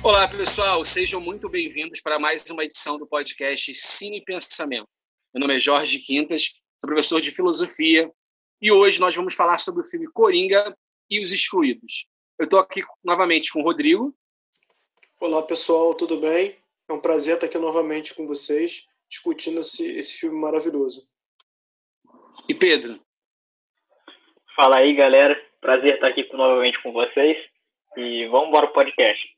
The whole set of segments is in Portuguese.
Olá, pessoal, sejam muito bem-vindos para mais uma edição do podcast Cine Pensamento. Meu nome é Jorge Quintas, sou professor de filosofia e hoje nós vamos falar sobre o filme Coringa e os Excluídos. Eu estou aqui novamente com o Rodrigo. Olá, pessoal, tudo bem? É um prazer estar aqui novamente com vocês, discutindo esse filme maravilhoso. E Pedro. Fala aí, galera. Prazer estar aqui novamente com vocês. E vamos embora pro podcast.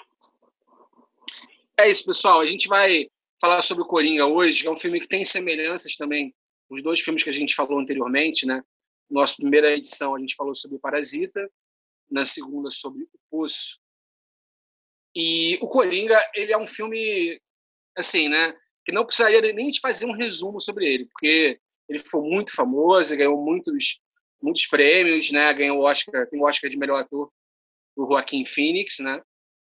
É isso, pessoal. A gente vai falar sobre o Coringa hoje, que é um filme que tem semelhanças também com os dois filmes que a gente falou anteriormente, né? Nossa primeira edição a gente falou sobre Parasita, na segunda sobre O Poço. E o Coringa, ele é um filme, assim, né? Que não precisaria nem de fazer um resumo sobre ele, porque ele foi muito famoso, ganhou muitos prêmios, né? Ganhou o Oscar, tem o Oscar de melhor ator do Joaquin Phoenix, né?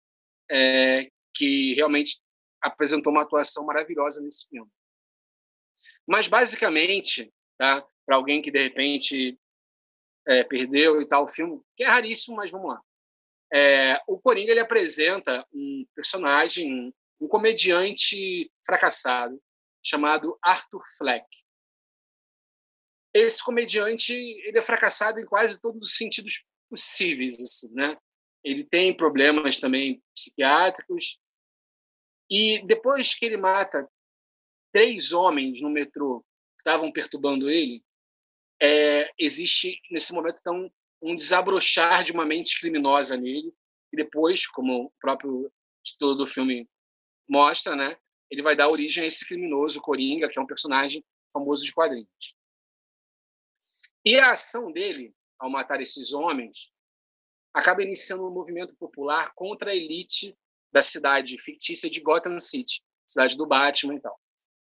Que realmente apresentou uma atuação maravilhosa nesse filme. Mas, basicamente, tá? Para alguém que, de repente, perdeu e tal o filme, que é raríssimo, mas vamos lá. O Coringa ele apresenta um personagem, um comediante fracassado, chamado Arthur Fleck. Esse comediante ele é fracassado em quase todos os sentidos possíveis, assim, né? Ele tem problemas também psiquiátricos. E depois que ele mata 3 homens no metrô que estavam perturbando ele, existe, nesse momento, então, um desabrochar de uma mente criminosa nele, e depois, como o próprio título do filme mostra, né, ele vai dar origem a esse criminoso, Coringa, que é um personagem famoso de quadrinhos. E a ação dele, ao matar esses homens, acaba iniciando um movimento popular contra a elite da cidade fictícia de Gotham City, cidade do Batman e tal.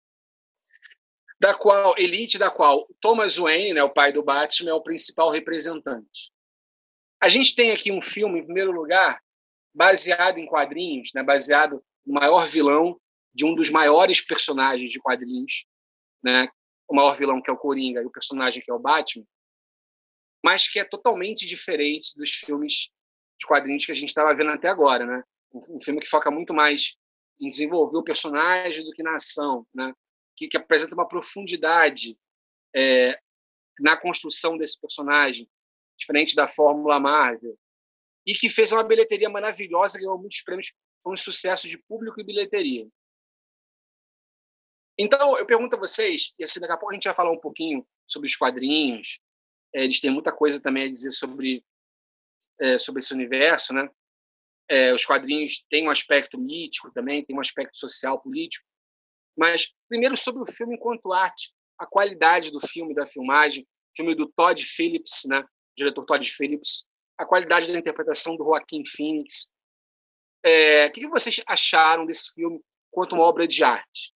Da qual Thomas Wayne, né, o pai do Batman, é o principal representante. A gente tem aqui um filme, em primeiro lugar, baseado em quadrinhos, né, baseado no maior vilão de um dos maiores personagens de quadrinhos, né, o maior vilão que é o Coringa e o personagem que é o Batman, mas que é totalmente diferente dos filmes de quadrinhos que a gente estava vendo até agora, né? Um filme que foca muito mais em desenvolver o personagem do que na ação, né? Que apresenta uma profundidade na construção desse personagem, diferente da Fórmula Marvel, e que fez uma bilheteria maravilhosa, ganhou muitos prêmios, foi um sucesso de público e bilheteria. Então, eu pergunto a vocês, e assim, daqui a pouco a gente vai falar um pouquinho sobre os quadrinhos, eles têm muita coisa também a dizer sobre esse universo, né? Os quadrinhos têm um aspecto mítico também, tem um aspecto social, político. Mas, primeiro, sobre o filme enquanto arte, a qualidade do filme, da filmagem, filme do Todd Phillips, né? O diretor Todd Phillips, a qualidade da interpretação do Joaquin Phoenix. O que vocês acharam desse filme quanto uma obra de arte?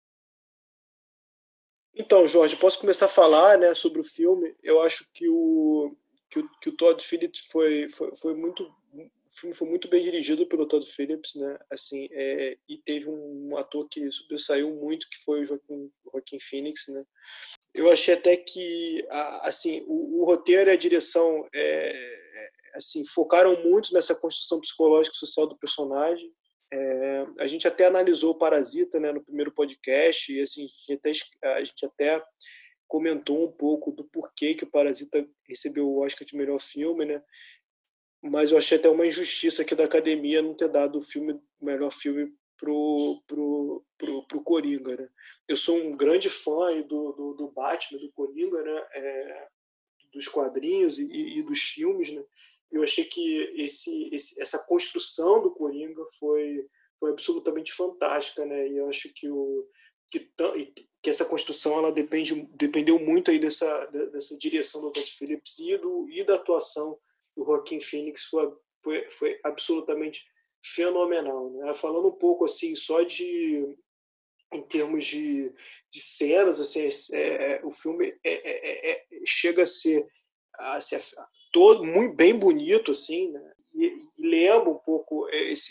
Então, Jorge, posso começar a falar, né, sobre o filme? Eu acho que o Todd Phillips foi muito... O filme foi muito bem dirigido pelo Todd Phillips, né? Assim, e teve um ator que sobressaiu muito, que foi o Joaquin Phoenix, né? Eu achei até que, assim, o roteiro e a direção assim, focaram muito nessa construção psicológica e social do personagem. A gente até analisou o Parasita, né, no primeiro podcast, e assim, a gente até comentou um pouco do porquê que o Parasita recebeu o Oscar de melhor filme, né? Mas eu achei até uma injustiça aqui da academia não ter dado o melhor filme pro Coringa, né? Eu sou um grande fã aí do Batman, do Coringa, né? Dos quadrinhos e dos filmes, né? Eu achei que essa construção do Coringa foi absolutamente fantástica, né? E eu acho que essa construção ela dependeu muito aí dessa direção do Todd Phillips e da atuação do Joaquin Phoenix foi absolutamente fenomenal, né? Falando um pouco assim só em termos de cenas, assim, o filme chega a ser todo muito bem bonito, assim, né? E lembra um pouco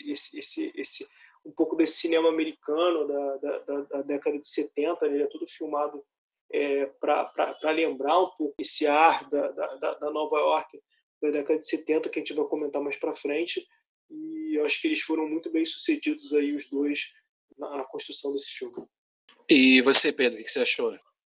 um pouco desse cinema americano da década de 70, ele é tudo filmado para lembrar um pouco esse ar da Nova York da década de 70, que a gente vai comentar mais para frente. e eu acho que eles foram muito bem sucedidos aí, os dois, na construção desse filme. E você, Pedro, o que você achou?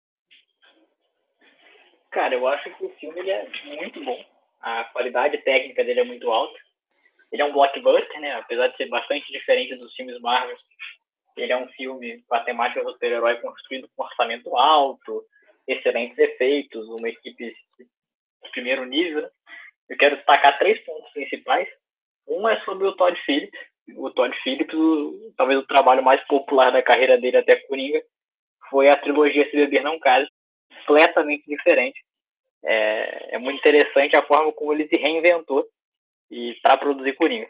Cara, eu acho que o filme ele é muito bom. A qualidade técnica dele é muito alta. Ele é um blockbuster, né? Apesar de ser bastante diferente dos filmes Marvel. Ele é um filme com a temática do super-herói construído com orçamento alto, excelentes efeitos, uma equipe de primeiro nível. Né? Eu quero destacar 3 pontos principais. Um é sobre o Todd Phillips. O Todd Phillips, talvez o trabalho mais popular da carreira dele até Coringa, foi a trilogia Se Beber Não Case, completamente diferente. É muito interessante a forma como ele se reinventou e para produzir Coringa.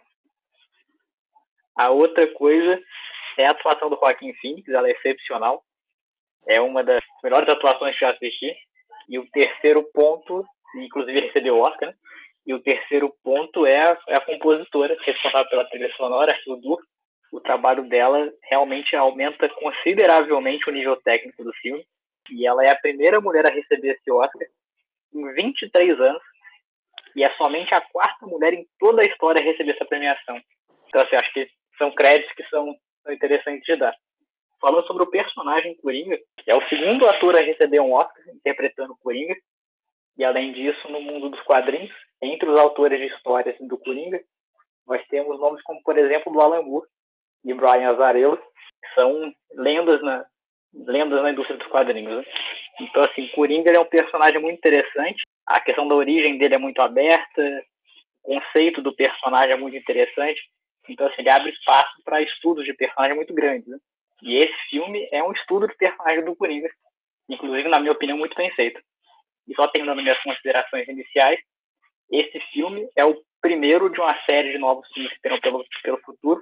A outra coisa é a atuação do Joaquin Phoenix, ela é excepcional. É uma das melhores atuações que eu assisti. E o terceiro ponto, inclusive recebeu o Oscar, né? E o terceiro ponto é a compositora responsável pela trilha sonora, a Hildur. O trabalho dela realmente aumenta consideravelmente o nível técnico do filme. E ela é a primeira mulher a receber esse Oscar em 23 anos. E é somente a 4ª mulher em toda a história a receber essa premiação. Então, assim, acho que são créditos que são interessantes de dar. Falando sobre o personagem Coringa, é o 2º ator a receber um Oscar interpretando Coringa. E, além disso, no mundo dos quadrinhos, entre os autores de histórias do Coringa, nós temos nomes como, por exemplo, do Alan Moore e Brian Azzarello, que são lendas na indústria dos quadrinhos. Né? Então, assim, Coringa é um personagem muito interessante. A questão da origem dele é muito aberta, o conceito do personagem é muito interessante. Então, assim, ele abre espaço para estudos de personagem muito grandes. Né? E esse filme é um estudo de personagem do Coringa, inclusive, na minha opinião, muito bem feito. E só terminando minhas considerações iniciais, esse filme é o primeiro de uma série de novos filmes que terão pelo futuro,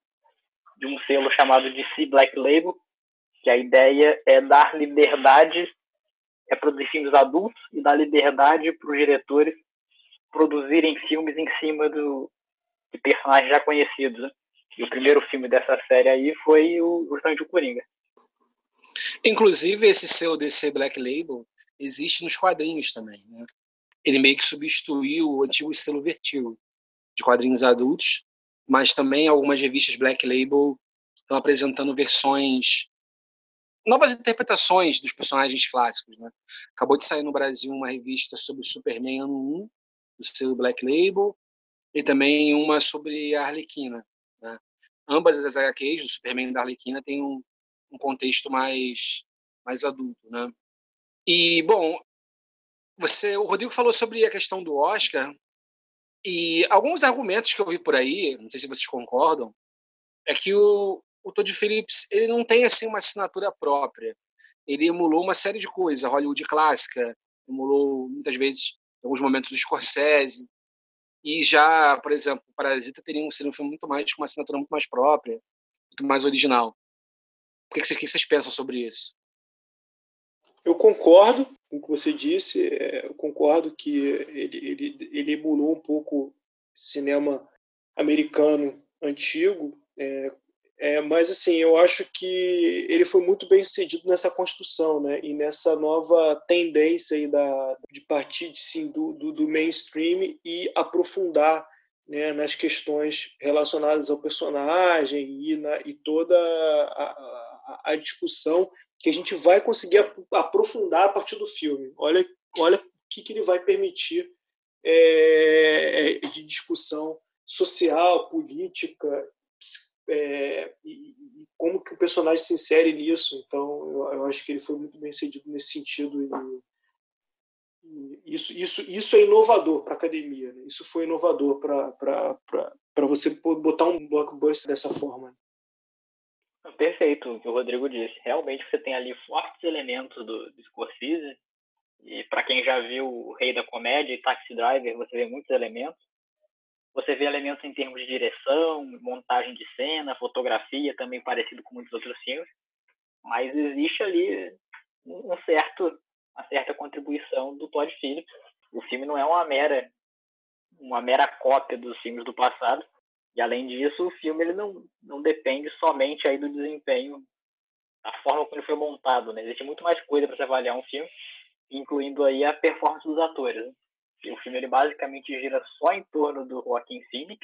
de um selo chamado DC Black Label, que a ideia é dar liberdade, é produzir filmes adultos e dar liberdade para os diretores produzirem filmes em cima de personagens já conhecidos. Né? E o primeiro filme dessa série aí foi justamente o Coringa. Inclusive, esse selo DC Black Label existe nos quadrinhos também. Né? Ele meio que substituiu o antigo selo Vertigo, de quadrinhos adultos, mas também algumas revistas Black Label estão apresentando versões, novas interpretações dos personagens clássicos. Né? Acabou de sair no Brasil uma revista sobre o Superman ano 1, do selo Black Label, e também uma sobre a Arlequina. Né? Ambas as HQs do Superman e da Arlequina têm um contexto mais adulto. Né? E, bom, o Rodrigo falou sobre a questão do Oscar, e alguns argumentos que eu vi por aí, não sei se vocês concordam, é que o Todd Phillips ele não tem assim uma assinatura própria. Ele emulou uma série de coisas, a Hollywood clássica, emulou muitas vezes, em alguns momentos, o Scorsese, e já, por exemplo, Parasita seria um filme muito mais com uma assinatura muito mais própria, muito mais original. O que vocês pensam sobre isso? Eu concordo com o que você disse, eu concordo que ele emulou um pouco cinema americano antigo, mas assim, eu acho que ele foi muito bem sucedido nessa construção, né? E nessa nova tendência aí de partir sim, do mainstream e aprofundar, né, nas questões relacionadas ao personagem e toda a discussão que a gente vai conseguir aprofundar a partir do filme. Olha o que ele vai permitir de discussão social, política, e como que o personagem se insere nisso. Então, eu acho que ele foi muito bem sucedido nesse sentido. E isso é inovador para a academia. Né? Isso foi inovador para você botar um blockbuster dessa forma. Perfeito o que o Rodrigo disse. Realmente você tem ali fortes elementos do Scorsese, e para quem já viu O Rei da Comédia e Taxi Driver, você vê muitos elementos. Você vê elementos em termos de direção, montagem de cena, fotografia, também parecido com muitos outros filmes. Mas existe ali uma certa contribuição do Todd Phillips. O filme não é uma mera cópia dos filmes do passado. E, além disso, o filme ele não depende somente aí do desempenho, da forma como ele foi montado. Né? Existe muito mais coisa para se avaliar um filme, incluindo aí a performance dos atores. Né? E o filme ele basicamente gira só em torno do Joaquin Phoenix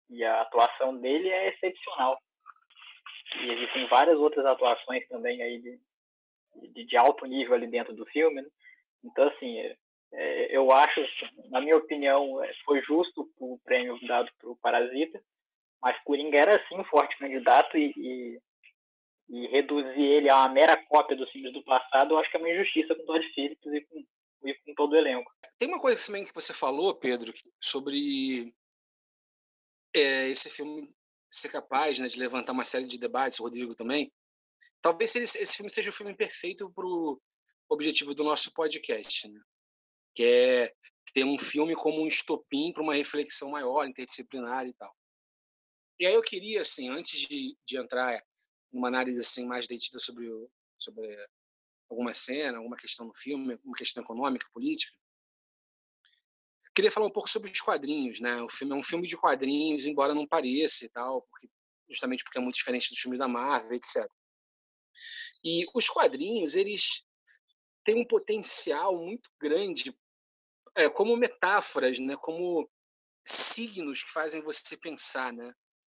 E a atuação dele é excepcional. E existem várias outras atuações também aí de alto nível ali dentro do filme, né? Então, assim, eu acho, na minha opinião, foi justo o prêmio dado para o Parasita, mas Coringa era, sim, um forte candidato e reduzir ele a uma mera cópia dos filmes do passado, eu acho que é uma injustiça com o Todd Phillips e com todo o elenco. Tem uma coisa também que você falou, Pedro, sobre esse filme ser capaz, né, de levantar uma série de debates, o Rodrigo também. Talvez esse filme seja o filme perfeito para o objetivo do nosso podcast, né? Que é ter um filme como um estopim para uma reflexão maior, interdisciplinar e tal. E aí eu queria, assim, antes de entrar numa análise assim, mais detida sobre alguma cena, alguma questão no filme, uma questão econômica, política, queria falar um pouco sobre os quadrinhos, né? O filme é um filme de quadrinhos, embora não pareça e tal, justamente porque é muito diferente dos filmes da Marvel, etc. E os quadrinhos, eles têm um potencial muito grande como metáforas, né? Como signos que fazem você pensar, né?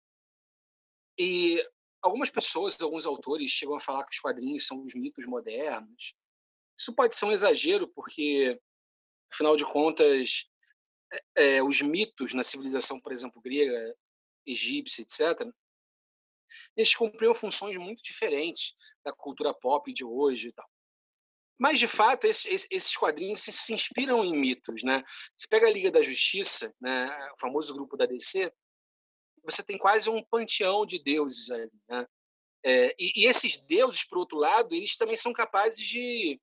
E algumas pessoas, alguns autores chegam a falar que os quadrinhos são os mitos modernos. Isso pode ser um exagero, porque, afinal de contas, os mitos na civilização, por exemplo, grega, egípcia, etc., eles cumpriam funções muito diferentes da cultura pop de hoje e tal. Mas, de fato, esses quadrinhos se inspiram em mitos, né? Você pega a Liga da Justiça, né, o famoso grupo da DC, você tem quase um panteão de deuses ali, né? E esses deuses, por outro lado, eles também são capazes de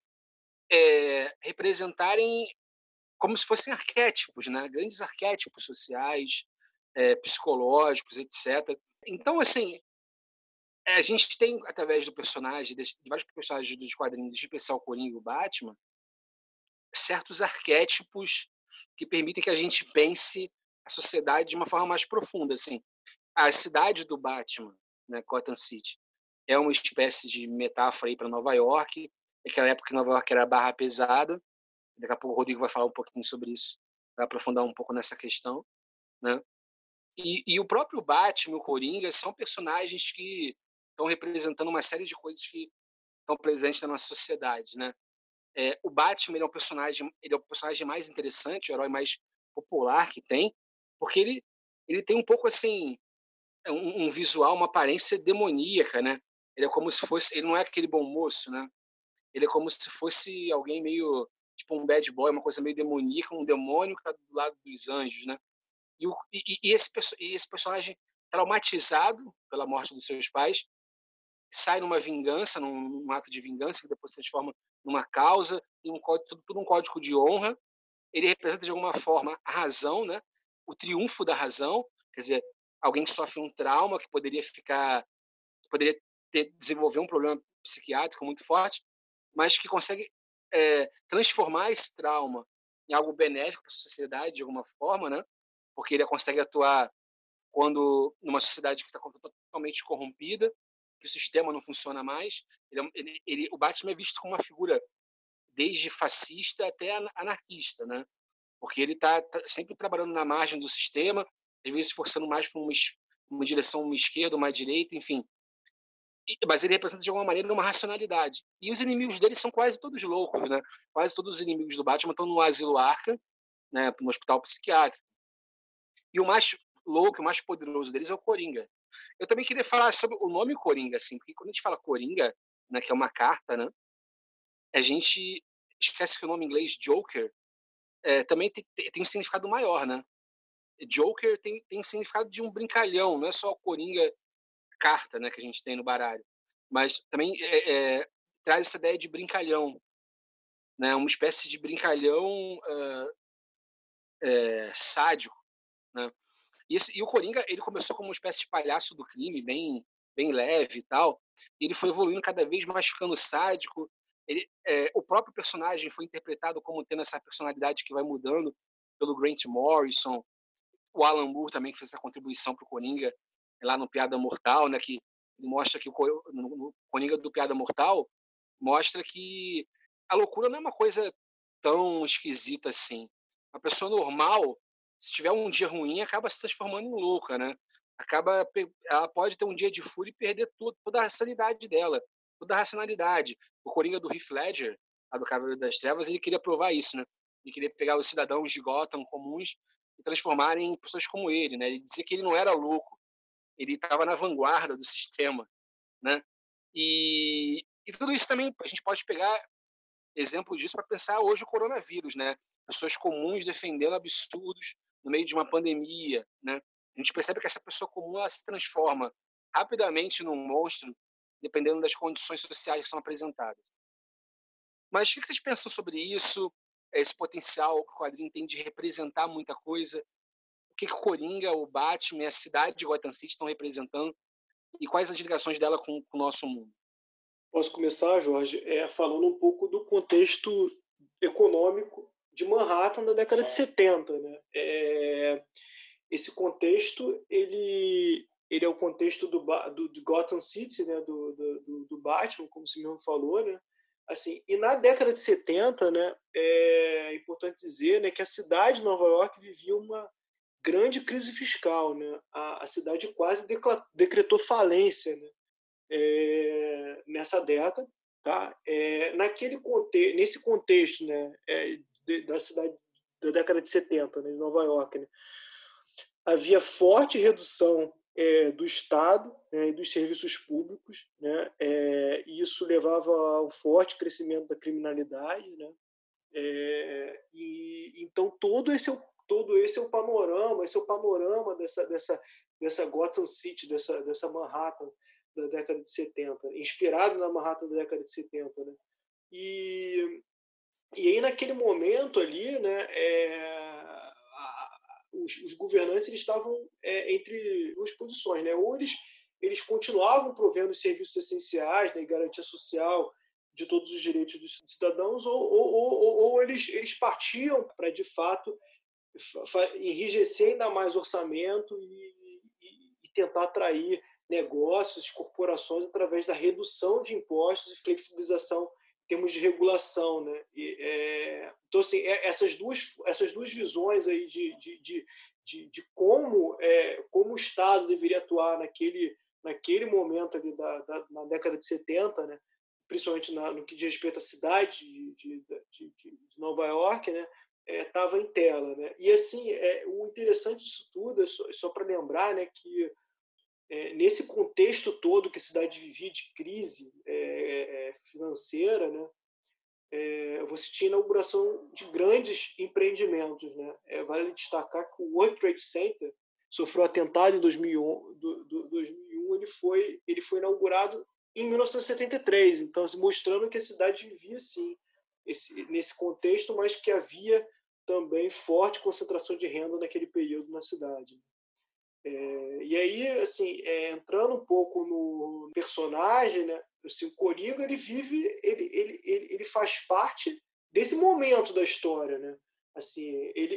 representarem como se fossem arquétipos, né? Grandes arquétipos sociais, psicológicos, etc. Então, assim, a gente tem, através do personagem, de vários personagens dos quadrinhos, em especial o Coringa e o Batman, certos arquétipos que permitem que a gente pense a sociedade de uma forma mais profunda. Assim, a cidade do Batman, né, Gotham City, é uma espécie de metáfora para Nova York, naquela época que Nova York era barra pesada. Daqui a pouco o Rodrigo vai falar um pouquinho sobre isso, vai aprofundar um pouco nessa questão, né? E o próprio Batman, o Coringa, são personagens que estão representando uma série de coisas que estão presentes na nossa sociedade, né? O Batman ele é o personagem mais interessante, o herói mais popular que tem, porque ele tem um pouco assim um visual, uma aparência demoníaca, né? Ele é como se fosse, ele não é aquele bom moço, né? Ele é como se fosse alguém meio tipo um bad boy, uma coisa meio demoníaca, um demônio que está do lado dos anjos, né? E esse personagem traumatizado pela morte dos seus pais sai numa vingança, num ato de vingança que depois se transforma numa causa e tudo um código de honra. Ele representa de alguma forma a razão, né? O triunfo da razão, quer dizer, alguém que sofre um trauma que poderia desenvolver um problema psiquiátrico muito forte, mas que consegue transformar esse trauma em algo benéfico para a sociedade de alguma forma, né? Porque ele consegue atuar quando numa sociedade que está totalmente corrompida, que o sistema não funciona mais. O Batman é visto como uma figura desde fascista até anarquista, né? Porque ele está sempre trabalhando na margem do sistema, às vezes forçando mais para uma direção, uma esquerda, uma direita, enfim. Mas ele representa de alguma maneira uma racionalidade. E os inimigos dele são quase todos loucos, né? Quase todos os inimigos do Batman estão no asilo Arkham, né? No hospital psiquiátrico. E o mais louco, o mais poderoso deles é o Coringa. Eu também queria falar sobre o nome Coringa, assim, porque quando a gente fala Coringa, né, que é uma carta, né? A gente esquece que o nome em inglês Joker também tem um significado maior, né? Joker tem um significado de um brincalhão, não é só o Coringa carta, né, que a gente tem no baralho, mas também traz essa ideia de brincalhão, né, uma espécie de brincalhão sádico, né? E o Coringa ele começou como uma espécie de palhaço do crime, bem leve e tal. E ele foi evoluindo cada vez mais, ficando sádico. O próprio personagem foi interpretado como tendo essa personalidade que vai mudando pelo Grant Morrison. O Alan Moore também fez essa contribuição para o Coringa lá no Piada Mortal, né? Que mostra que no Coringa do Piada Mortal mostra que a loucura não é uma coisa tão esquisita assim. Uma pessoa normal, se tiver um dia ruim, acaba se transformando em louca, né? Ela pode ter um dia de fúria e perder toda a sanidade dela, toda a racionalidade. O Coringa do Heath Ledger, a do Cavaleiro das Trevas, ele queria provar isso, né? Ele queria pegar os cidadãos de Gotham comuns e transformarem em pessoas como ele, né? Ele dizia que ele não era louco, ele estava na vanguarda do sistema, né? E tudo isso também a gente pode pegar exemplo disso para pensar hoje o coronavírus, né? Pessoas comuns defendendo absurdos no meio de uma pandemia, né? A gente percebe que essa pessoa comum ela se transforma rapidamente num monstro, dependendo das condições sociais que são apresentadas. Mas o que vocês pensam sobre isso? Esse potencial que o quadrinho tem de representar muita coisa? O que o Coringa, o Batman e a cidade de Gotham City estão representando? E quais as ligações dela com o nosso mundo? Posso começar, Jorge, falando um pouco do contexto econômico de Manhattan da década de 70, né? Esse contexto, ele é o contexto do Gotham City, né? do Batman, como você mesmo falou, né? Assim, e na década de 70, né, é importante dizer, né, que a cidade de Nova York vivia uma grande crise fiscal, né? A cidade quase decretou falência, né? Nessa década, tá? Nesse contexto, né, da cidade da década de 70, né, de Nova York, né, havia forte redução do Estado, né, e dos serviços públicos, né, e isso levava a um forte crescimento da criminalidade, né, e então todo esse é o panorama dessa Gotham City, dessa Manhattan da década de 70, inspirado na Manhattan da década de 70, né? E aí naquele momento ali, né, os governantes eles estavam entre duas posições, né? Ou eles continuavam provendo os serviços essenciais, né, e garantia social de todos os direitos dos cidadãos, ou eles partiam para, de fato, enrijecer ainda mais o orçamento e tentar atrair negócios, corporações, através da redução de impostos e flexibilização em termos de regulação, né? Então, assim, essas duas visões aí de como o Estado deveria atuar naquele momento ali na década de 70, né? Principalmente no que diz respeito à cidade de Nova York, né? Estava em tela, né? E assim, o interessante disso tudo é só para lembrar, né, que nesse contexto todo que a cidade vivia de crise financeira, né, você tinha a inauguração de grandes empreendimentos, né? Vale destacar que o World Trade Center sofreu atentado em 2001, ele foi inaugurado em 1973, então assim, mostrando que a cidade vivia sim nesse contexto, mas que havia também forte concentração de renda naquele período na cidade. E aí, assim, entrando um pouco no personagem, né, assim, o Coringa ele faz parte desse momento da história, né? Assim,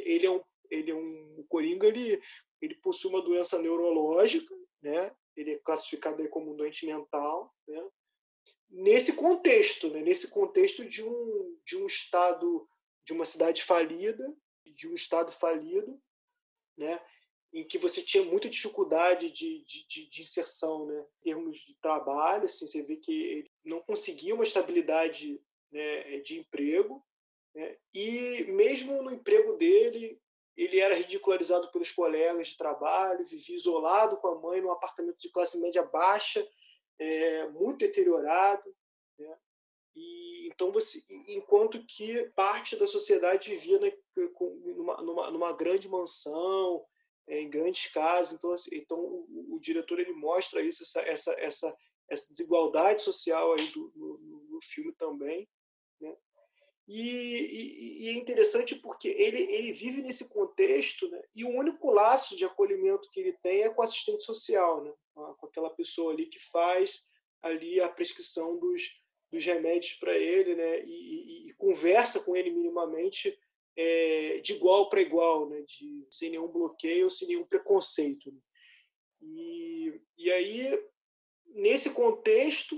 o Coringa ele possui uma doença neurológica, né? Ele é classificado aí como um doente mental, né? Nesse contexto, né? Nesse contexto de um estado, de uma cidade falida, de um estado falido, né? Em que você tinha muita dificuldade de inserção, né? Em termos de trabalho, assim, você vê que ele não conseguia uma estabilidade, né, de emprego, né? E mesmo no emprego dele, ele era ridicularizado pelos colegas de trabalho, vivia isolado com a mãe num apartamento de classe média baixa, muito deteriorado, né? E então enquanto que parte da sociedade vivia numa grande mansão, em grandes casas, então o diretor ele mostra isso, essa desigualdade social aí no filme também, né? E é interessante porque ele vive nesse contexto, né? E o único laço de acolhimento que ele tem é com o assistente social, né? Com aquela pessoa ali que faz ali a prescrição dos remédios para ele, né? E conversa com ele minimamente de igual para igual, né? Sem nenhum bloqueio, sem nenhum preconceito, né? E aí, nesse contexto,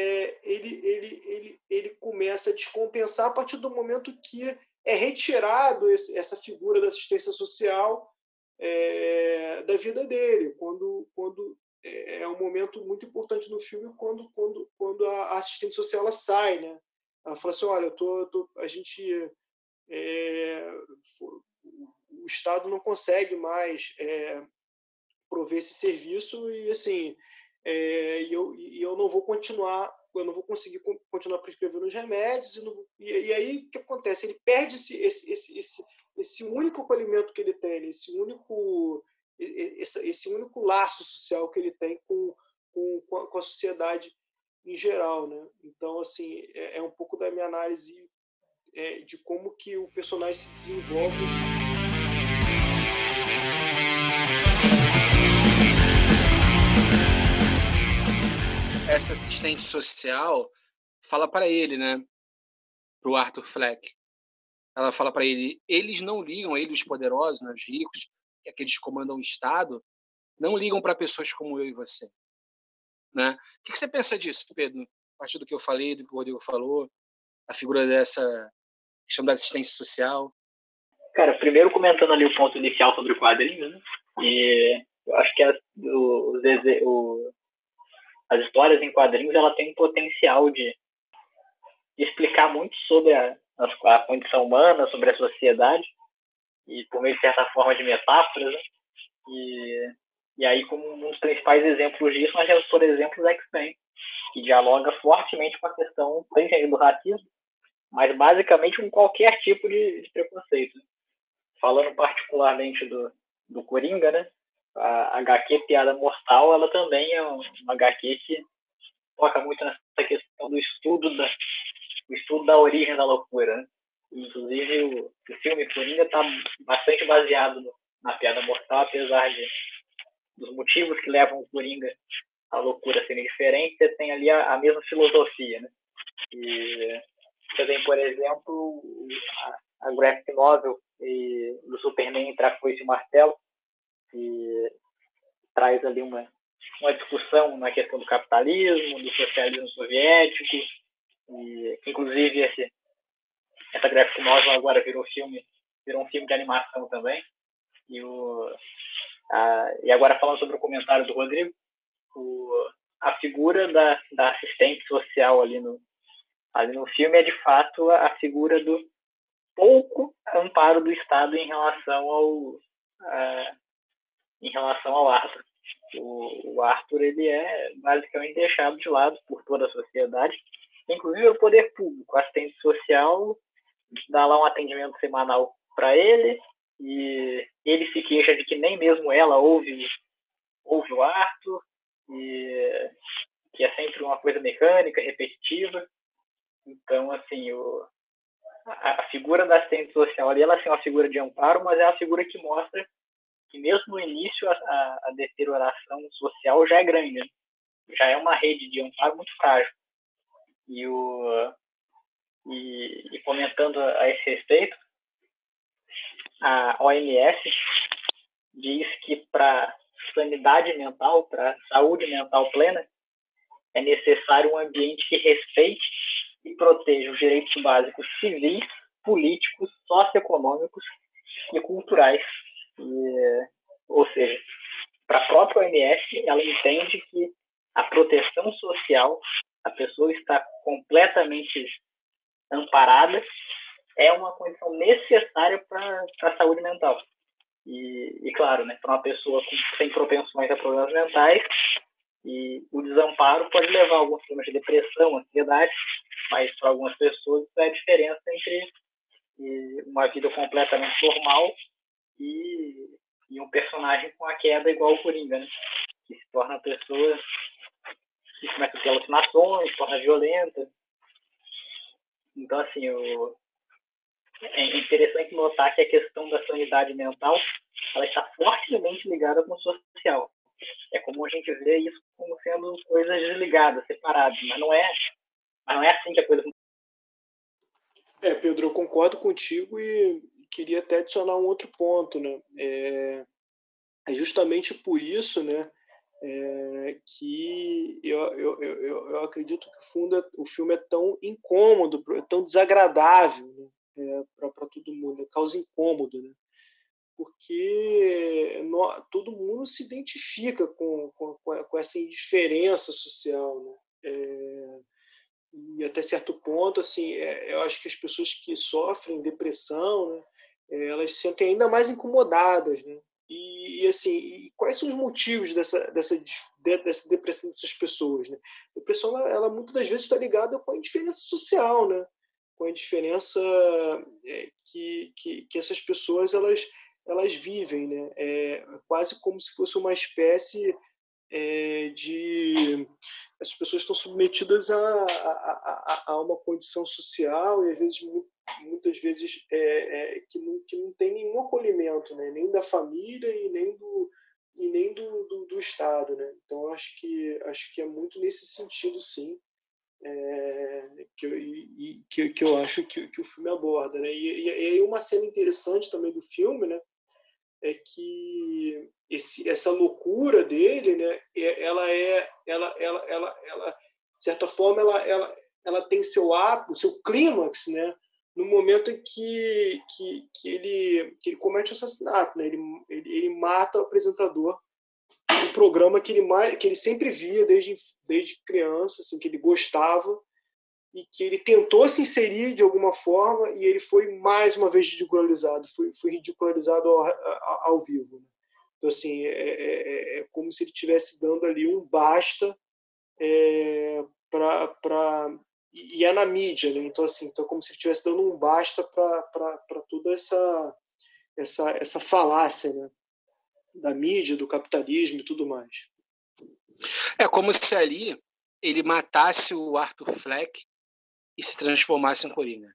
ele começa a descompensar a partir do momento que é retirado essa figura da assistência social da vida dele, quando é um momento muito importante no filme quando a assistente social ela sai, né? Ela fala assim, olha, a gente o Estado não consegue mais prover esse serviço e assim eu não vou continuar, eu não vou conseguir continuar prescrevendo os remédios e aí o que acontece? Ele perde esse único acolhimento que ele tem, esse único laço social que ele tem com a sociedade em geral, né? Então assim é um pouco da minha análise de como que o personagem se desenvolve. Essa assistente social fala para ele, né? Para o Arthur Fleck. Ela fala para ele, eles não ligam, eles os poderosos, né, os ricos, aqueles que comandam o Estado, não ligam para pessoas como eu e você. Né? O que você pensa disso, Pedro? A partir do que eu falei, do que o Rodrigo falou, a figura dessa questão da assistência social. Cara, primeiro comentando ali o ponto inicial sobre quadrinhos, né? E eu acho que as histórias em quadrinhos ela tem um potencial de explicar muito sobre a condição humana, sobre a sociedade, e por meio de certa forma de metáforas, né? E aí, como um dos principais exemplos disso, nós temos, por exemplo, o X-Men, que dialoga fortemente com a questão, principalmente do racismo, mas basicamente com qualquer tipo de preconceito. Falando particularmente do Coringa, né? A HQ Piada Mortal, ela também é uma HQ que foca muito nessa questão do estudo da origem da loucura, né? Inclusive, o filme Coringa está bastante baseado na Piada Mortal, apesar dos motivos que levam o Coringa à loucura serem diferentes, você tem ali a mesma filosofia, né? E você tem, por exemplo, a graphic novel do Superman entre a foice e o martelo, que traz ali uma discussão na questão do capitalismo, do socialismo soviético, e inclusive essa graphic novel agora virou um filme de animação também. E agora falando sobre o comentário do Rodrigo, a figura da assistente social ali no filme é de fato a figura do pouco amparo do Estado em relação ao Arthur. O Arthur ele é basicamente deixado de lado por toda a sociedade, inclusive o poder público. O assistente social dá lá um atendimento semanal para ele e ele se queixa de que nem mesmo ela ouve o Arthur, e que é sempre uma coisa mecânica, repetitiva. Então, assim, a figura da assistente social ali, ela é uma figura de amparo, mas é uma figura que mostra que mesmo no início a deterioração social já é grande, né? Já é uma rede de amparo muito frágil. E comentando a esse respeito, a OMS diz que para sanidade mental, para saúde mental plena, é necessário um ambiente que respeite e proteja os direitos básicos civis, políticos, socioeconômicos e culturais. Ou seja, para a própria OMS, ela entende que a proteção social, a pessoa está completamente amparada, é uma condição necessária para a saúde mental. E claro, né, para uma pessoa sem propensões a problemas mentais, e o desamparo pode levar a alguns problemas de depressão, ansiedade, mas para algumas pessoas isso é a diferença entre uma vida completamente normal e um personagem com a queda igual o Coringa, né? Que se torna uma pessoa que começa a ter alucinações, se torna violenta. Então, assim, é interessante notar que a questão da sanidade mental ela está fortemente ligada com o social. É como a gente vê isso como sendo coisas desligadas, separadas, mas não é assim que a coisa... Pedro, eu concordo contigo e queria até adicionar um outro ponto, né? É justamente por isso, né, que eu acredito que o filme é tão incômodo, tão desagradável, né, para todo mundo, causa incômodo, né? porque todo mundo se identifica com essa indiferença social, né? E até certo ponto, assim, eu acho que as pessoas que sofrem depressão, né, elas se sentem ainda mais incomodadas, né? Assim, e quais são os motivos dessa depressão dessas pessoas, né? A depressão, ela muitas das vezes está ligada com a indiferença social, né? Com a indiferença que essas pessoas elas vivem, né? Quase como se fosse uma espécie de as pessoas estão submetidas a uma condição social e às vezes muitas vezes que não tem nenhum acolhimento, né? Nem da família e nem do Estado, né? Então acho que é muito nesse sentido, sim, que eu acho que o filme aborda, né? E aí uma cena interessante também do filme, né? É que essa loucura dele, né, ela de certa forma, ela tem seu ápice, seu clímax, né, no momento em que ele comete o assassinato, né, ele mata o apresentador do programa que ele sempre via desde criança, assim, que ele gostava, e que ele tentou se inserir de alguma forma e ele foi mais uma vez ridicularizado, foi ridicularizado ao vivo. Né? Então, assim, é como se ele estivesse dando ali um basta e é na mídia, né? Então, assim, então é como se ele estivesse dando um basta para toda essa falácia, né? Da mídia, do capitalismo e tudo mais. É como se ali ele matasse o Arthur Fleck e se transformasse em Coringa.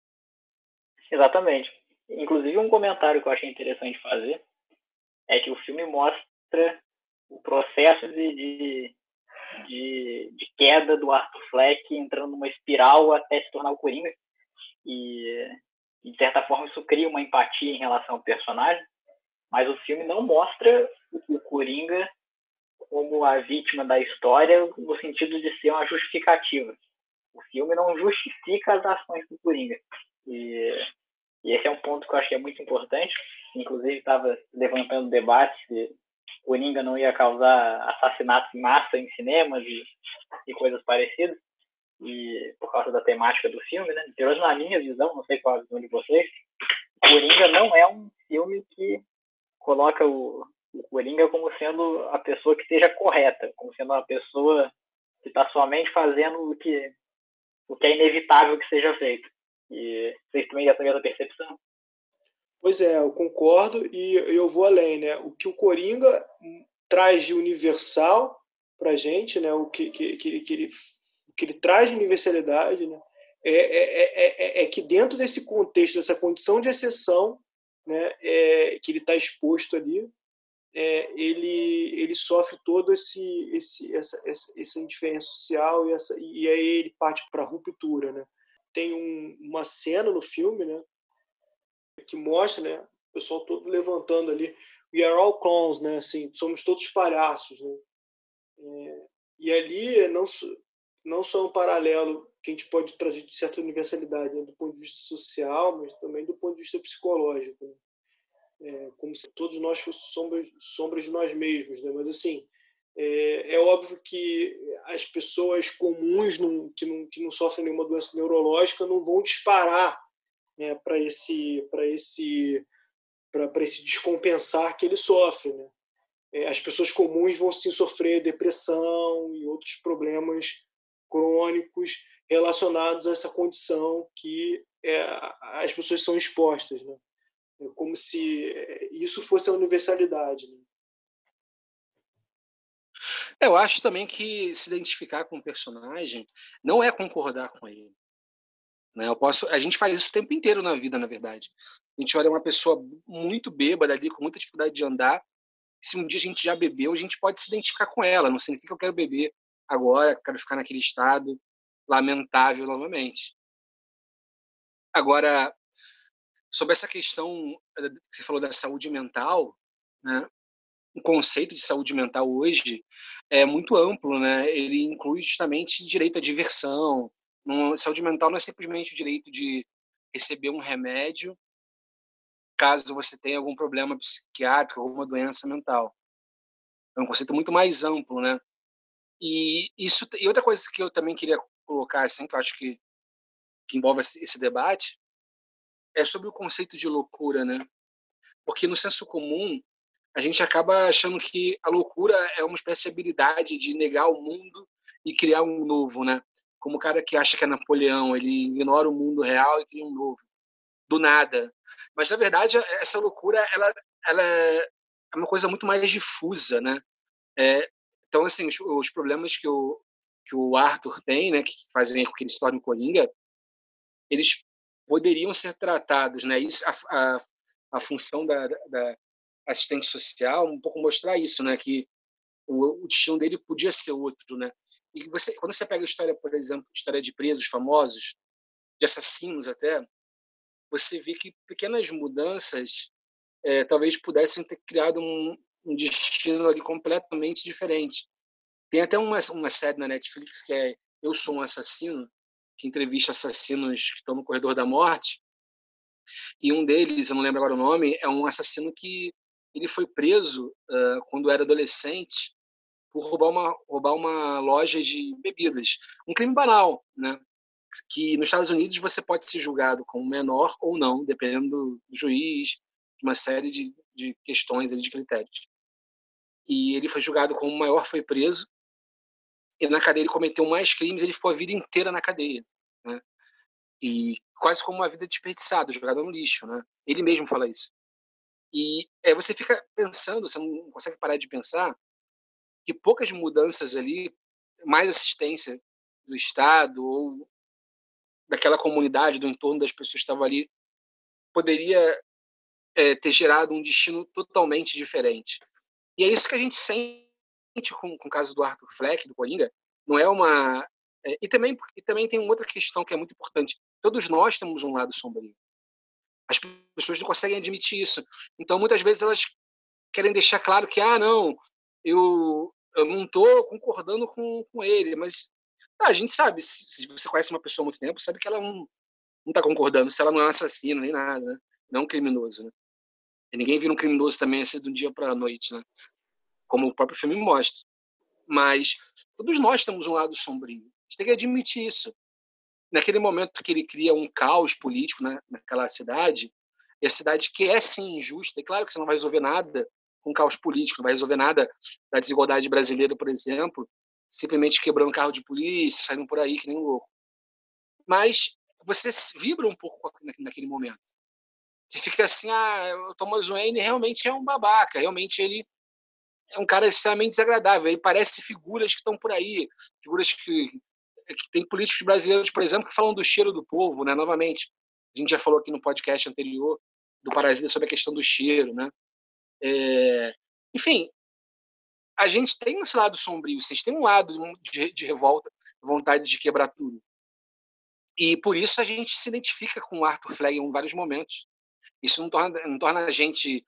Exatamente. Inclusive, um comentário que eu achei interessante fazer é que o filme mostra o processo de queda do Arthur Fleck entrando numa espiral até se tornar o Coringa. E, de certa forma, isso cria uma empatia em relação ao personagem, mas o filme não mostra o Coringa como a vítima da história no sentido de ser uma justificativa. O filme não justifica as ações do Coringa. E esse é um ponto que eu acho que é muito importante. Inclusive, estava levantando debate se Coringa não ia causar assassinatos em massa em cinemas e coisas parecidas, e por causa da temática do filme, né? Pelo menos na minha visão, não sei qual é a visão de vocês, Coringa não é um filme que coloca o Coringa como sendo a pessoa que seja correta, como sendo uma pessoa que está somente fazendo o que é inevitável que seja feito. E vocês também já têm essa percepção? Pois é, eu concordo e eu vou além, né? O que o Coringa traz de universal para a gente, né? O que ele traz de universalidade, né? É que dentro desse contexto, dessa condição de exceção, né? Que ele está exposto ali, ele sofre todo essa indiferença social e aí ele parte para a ruptura, né? Tem uma cena no filme, né? Que mostra, né, o pessoal todo levantando ali, we are all clowns, né, assim, somos todos palhaços, né? E ali não só um paralelo que a gente pode trazer de certa universalidade, né, do ponto de vista social, mas também do ponto de vista psicológico, né? Como se todos nós fôssemos sombras de nós mesmos, né? Mas assim, é óbvio que as pessoas comuns que não sofrem nenhuma doença neurológica não vão disparar, né, para esse descompensar que ele sofre, né? As pessoas comuns vão sim sofrer depressão e outros problemas crônicos relacionados a essa condição que as pessoas são expostas, né? É como se isso fosse a universalidade, né? Eu acho também que se identificar com o personagem não é concordar com ele. Né? A gente faz isso o tempo inteiro na vida, na verdade. A gente olha uma pessoa muito bêbada ali, com muita dificuldade de andar. Se um dia a gente já bebeu, a gente pode se identificar com ela. Não significa que eu quero beber agora, quero ficar naquele estado lamentável novamente. Agora, sobre essa questão que você falou da saúde mental, né? O conceito de saúde mental hoje é muito amplo, né? Ele inclui justamente direito à diversão. Saúde mental não é simplesmente o direito de receber um remédio caso você tenha algum problema psiquiátrico, alguma doença mental. É um conceito muito mais amplo, né? E outra coisa que eu também queria colocar, assim, que eu acho que envolve esse debate, é sobre o conceito de loucura, né? Porque no senso comum, a gente acaba achando que a loucura é uma espécie de habilidade de negar o mundo e criar um novo, né? Como o cara que acha que é Napoleão, ele ignora o mundo real e cria um novo, do nada. Mas, na verdade, essa loucura, ela é uma coisa muito mais difusa, né? Então, assim, os problemas que o Arthur tem, né, que fazem com que ele se torne um Coringa, eles poderiam ser tratados, né? Isso, a função da assistente social, um pouco mostrar isso, né? Que o destino dele podia ser outro, né? E quando você pega a história, por exemplo, história de presos famosos, de assassinos até, você vê que pequenas mudanças talvez pudessem ter criado um destino ali completamente diferente. Tem até uma série na Netflix que é Eu Sou um Assassino, que entrevista assassinos que estão no corredor da morte, e um deles, eu não lembro agora o nome, é um assassino que ele foi preso quando era adolescente por roubar uma loja de bebidas. Um crime banal, né? Que nos Estados Unidos você pode ser julgado como menor ou não, dependendo do juiz, de uma série de questões ali, de critérios. E ele foi julgado como maior, foi preso, e na cadeia ele cometeu mais crimes, ele ficou a vida inteira na cadeia, né? E quase como uma vida desperdiçada, jogada no lixo, né? Ele mesmo fala isso. E você fica pensando, você não consegue parar de pensar que poucas mudanças ali, mais assistência do Estado ou daquela comunidade, do entorno das pessoas que estavam ali, poderia ter gerado um destino totalmente diferente. E é isso que a gente sente com o caso do Arthur Fleck, do Coringa. Não é uma... e também tem uma outra questão que é muito importante. Todos nós temos um lado sombrio. As pessoas não conseguem admitir isso. Então, muitas vezes, elas querem deixar claro que, não, eu não estou concordando com ele, mas a gente sabe, se você conhece uma pessoa há muito tempo, sabe que ela não está concordando, se ela não é um assassino nem nada, né? Não é um criminoso, né? E ninguém vira um criminoso também assim de um dia para a noite, né? Como o próprio filme mostra. Mas todos nós temos um lado sombrio. A gente tem que admitir isso. Naquele momento que ele cria um caos político, né, naquela cidade, e a cidade que é sim injusta, é claro que você não vai resolver nada com caos político, não vai resolver nada da desigualdade brasileira, por exemplo, simplesmente quebrando carro de polícia, saindo por aí que nem um louco. Mas você vibra um pouco naquele momento. Você fica assim, o Thomas Wayne realmente é um babaca, realmente ele é um cara extremamente desagradável, ele parece figuras que estão por aí, figuras que tem políticos brasileiros, por exemplo, que falam do cheiro do povo, né? Novamente, a gente já falou aqui no podcast anterior do Parasita sobre a questão do cheiro, né? Enfim, a gente tem esse lado sombrio, vocês têm um lado de revolta, vontade de quebrar tudo. E por isso a gente se identifica com o Arthur Fleck em vários momentos. Isso não torna a gente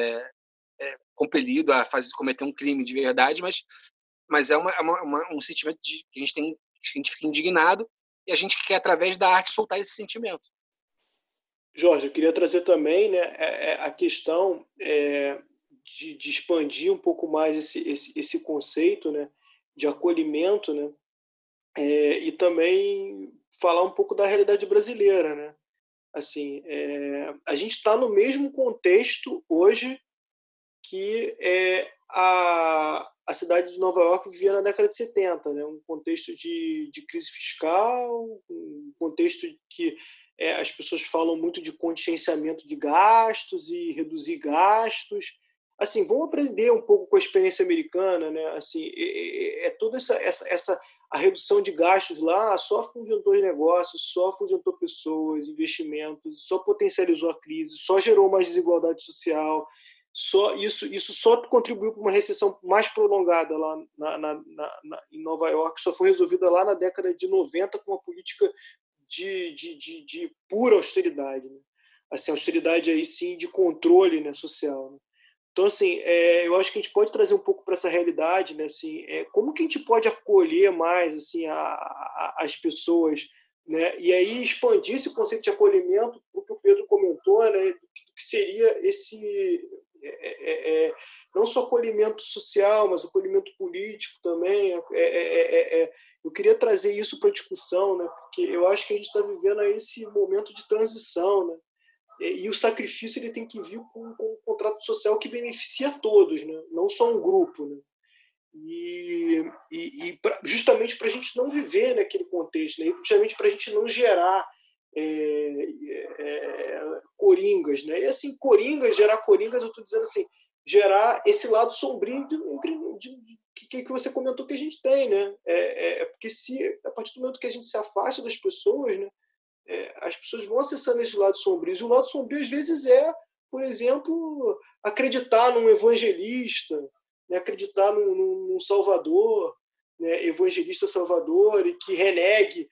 compelido a cometer um crime de verdade, mas é um sentimento que a gente tem, que a gente fica indignado e a gente quer, através da arte, soltar esse sentimento. Jorge, eu queria trazer também, né, a questão de expandir um pouco mais esse conceito, né, de acolhimento, né, e também falar um pouco da realidade brasileira, né? Assim, a gente está no mesmo contexto hoje que a cidade de Nova York vivia na década de 70, né? Um contexto de crise fiscal, um contexto que as pessoas falam muito de contingenciamento de gastos e reduzir gastos. Assim, vamos aprender um pouco com a experiência americana, né? Assim, toda essa a redução de gastos lá só afundentou os negócios, só afundentou pessoas, investimentos, só potencializou a crise, só gerou mais desigualdade social. Isso só contribuiu para uma recessão mais prolongada lá em Nova York, só foi resolvida lá na década de 90 com uma política de pura austeridade, né? Assim, austeridade aí sim de controle, né, social, né? Então, assim, eu acho que a gente pode trazer um pouco para essa realidade, né? Assim, como que a gente pode acolher mais assim as pessoas, né? E aí expandir esse conceito de acolhimento, o que o Pedro comentou, né? que seria esse não só acolhimento social, mas acolhimento político também. Eu queria trazer isso para a discussão, né? Porque eu acho que a gente está vivendo aí esse momento de transição, né? E o sacrifício ele tem que vir com um contrato social que beneficia a todos, né? Não só um grupo, né? Justamente para a gente não viver naquele contexto, né? Justamente para a gente não gerar coringas, né? E assim, gerar coringas, eu estou dizendo assim, gerar esse lado sombrio que você comentou que a gente tem, né? Porque a partir do momento que a gente se afasta das pessoas, né? As pessoas vão acessando esses lados sombrios. E o lado sombrio, às vezes, por exemplo, acreditar num evangelista, né? Acreditar num salvador, né? Evangelista salvador, e que renegue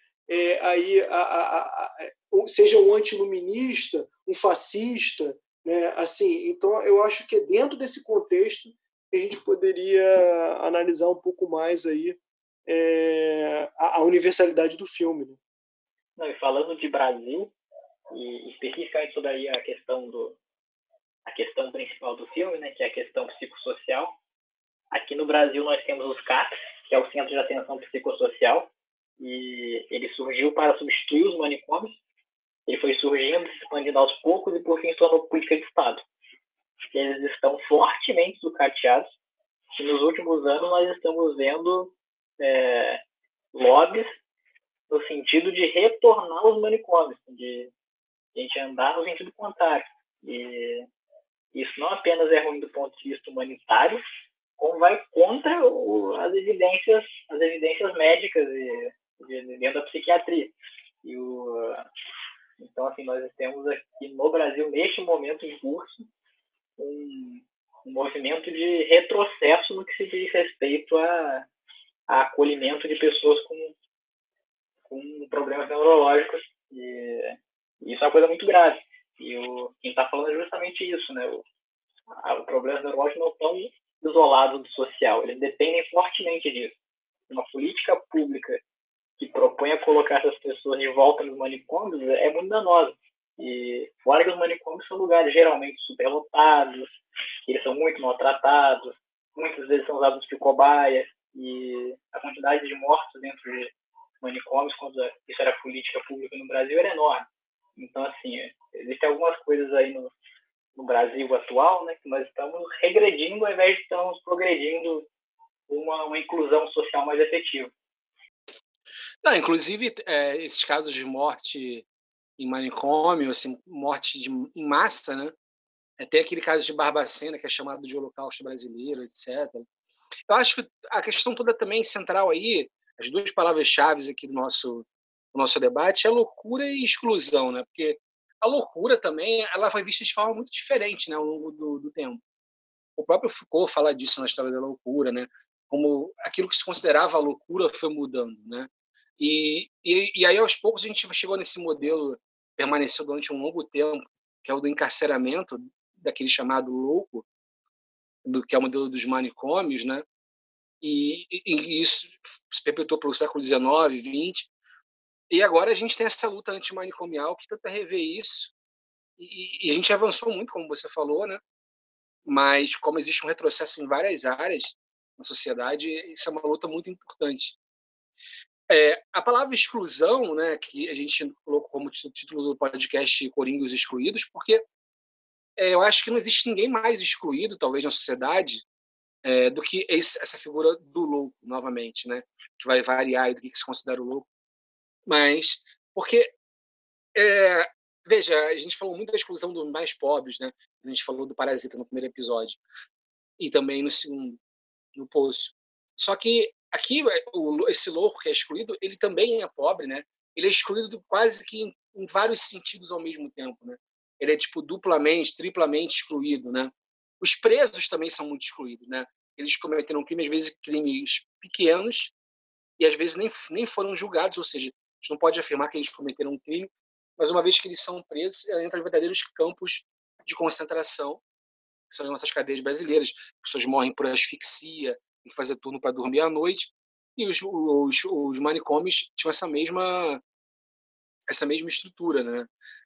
seja um antiluminista, um fascista, né? Assim, então, eu acho que é dentro desse contexto que a gente poderia analisar um pouco mais aí a universalidade do filme, né? Não, e falando de Brasil, e especificamente sobre aí a questão principal do filme, né, que é a questão psicossocial. Aqui no Brasil nós temos os CAPs, que é o Centro de Atenção Psicossocial, e ele surgiu para substituir os manicômios. Ele foi surgindo, se expandindo aos poucos e por fim se tornou política de Estado. Eles estão fortemente sucateados e nos últimos anos nós estamos vendo lobbies no sentido de retornar os manicômios, de a gente andar no sentido contrário. E isso não apenas é ruim do ponto de vista humanitário, como vai contra as evidências médicas dentro da psiquiatria. Então, assim, nós temos aqui no Brasil, neste momento em curso, um movimento de retrocesso no que se diz respeito a acolhimento de pessoas com problemas neurológicos. E isso é uma coisa muito grave. E quem está falando é justamente isso, né? Os problemas neurológicos não estão isolados do social, eles dependem fortemente disso. Uma política pública que propõe a colocar essas pessoas de volta nos manicômios é muito danosa. E fora que os manicômios são lugares geralmente superlotados, eles são muito maltratados, muitas vezes são usados de cobaia, e a quantidade de mortos dentro de manicômios, quando isso era política pública no Brasil, era enorme. Então, assim, existem algumas coisas aí no Brasil atual, né, que nós estamos regredindo ao invés de estamos progredindo uma inclusão social mais efetiva. Não, inclusive, esses casos de morte em manicômio, assim, morte em massa, né? Tem aquele caso de Barbacena, que é chamado de Holocausto Brasileiro, etc. Eu acho que a questão toda também central aí, as duas palavras-chave aqui do nosso debate, é loucura e exclusão, né? Porque a loucura também ela foi vista de forma muito diferente, né, ao longo do tempo. O próprio Foucault fala disso na História da Loucura, né? Como aquilo que se considerava a loucura foi mudando, né? E aí, aos poucos, a gente chegou nesse modelo, permaneceu durante um longo tempo, que é o do encarceramento, daquele chamado louco, que é o modelo dos manicômios, né? E isso se perpetuou pelo século XIX, XX, e agora a gente tem essa luta antimanicomial que tenta rever isso, e a gente avançou muito, como você falou, né? Mas como existe um retrocesso em várias áreas na sociedade, isso é uma luta muito importante. A palavra exclusão, né, que a gente colocou como título do podcast Coringa e os Excluídos, porque eu acho que não existe ninguém mais excluído, talvez, na sociedade, do que essa figura do louco, novamente, né, que vai variar do que se considera o louco. Mas, porque, veja, a gente falou muito da exclusão dos mais pobres, né, a gente falou do Parasita no primeiro episódio, e também no segundo, no Poço. Só que aqui, esse louco que é excluído, ele também é pobre, né? Ele é excluído quase que em vários sentidos ao mesmo tempo, né? Ele é tipo duplamente, triplamente excluído, né? Os presos também são muito excluídos, né? Eles cometeram crimes, às vezes crimes pequenos, e às vezes nem foram julgados, ou seja, a gente não pode afirmar que eles cometeram um crime, mas uma vez que eles são presos, entram em verdadeiros campos de concentração, que são as nossas cadeias brasileiras. As pessoas morrem por asfixia, tem que fazer turno para dormir à noite, e os manicômios tinham essa mesma estrutura, né?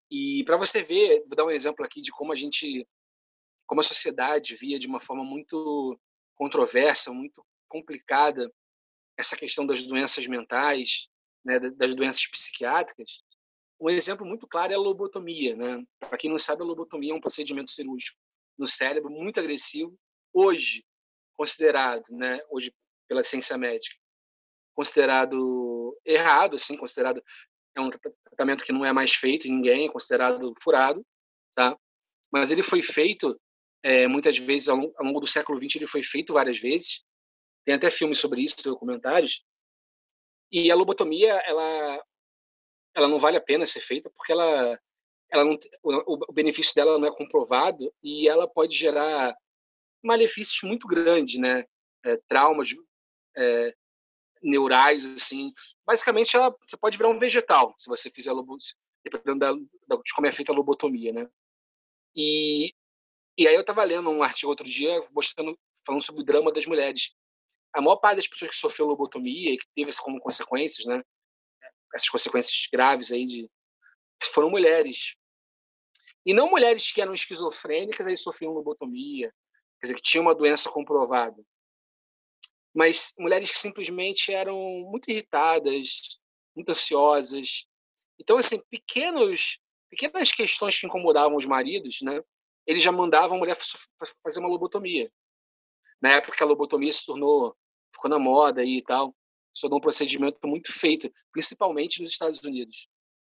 E para você ver, vou dar um exemplo aqui de como a sociedade via de uma forma muito controversa, muito complicada essa questão das doenças mentais, né, das doenças psiquiátricas. Um exemplo muito claro é a lobotomia, né? Para quem não sabe, a lobotomia é um procedimento cirúrgico no cérebro muito agressivo, hoje considerado, né, hoje pela ciência médica, considerado errado, assim, considerado é um tratamento que não é mais feito em ninguém, é considerado furado, tá? Mas ele foi feito muitas vezes ao longo do século XX, ele foi feito várias vezes. Tem até filmes sobre isso, documentários. E a lobotomia, ela não vale a pena ser feita porque ela não, o benefício dela não é comprovado e ela pode gerar malefícios muito grandes, né? Traumas neurais, assim. Basicamente, você pode virar um vegetal se você fizer dependendo de como é feita a lobotomia, né? E, e aí eu estava lendo um artigo outro dia falando sobre o drama das mulheres. A maior parte das pessoas que sofreu lobotomia e que teve isso como consequências, né? Essas consequências graves aí foram mulheres. E não mulheres que eram esquizofrênicas e sofriam lobotomia, quer dizer, que tinham uma doença comprovada, mas mulheres que simplesmente eram muito irritadas, muito ansiosas. Então, assim, pequenas questões que incomodavam os maridos, né? Eles já mandavam a mulher fazer uma lobotomia. Na época que a lobotomia ficou na moda e tal, se tornou um procedimento muito feito, principalmente nos Estados Unidos.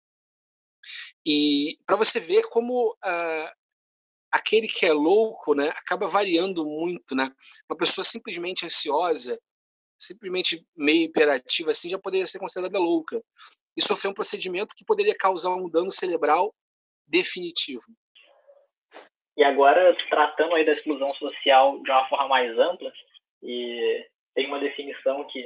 E para você ver como aquele que é louco, né, acaba variando muito, né? Uma pessoa simplesmente ansiosa, simplesmente meio hiperativa, assim, já poderia ser considerada louca. E sofrer um procedimento que poderia causar um dano cerebral definitivo. E agora, tratando aí da exclusão social de uma forma mais ampla, e tem uma definição que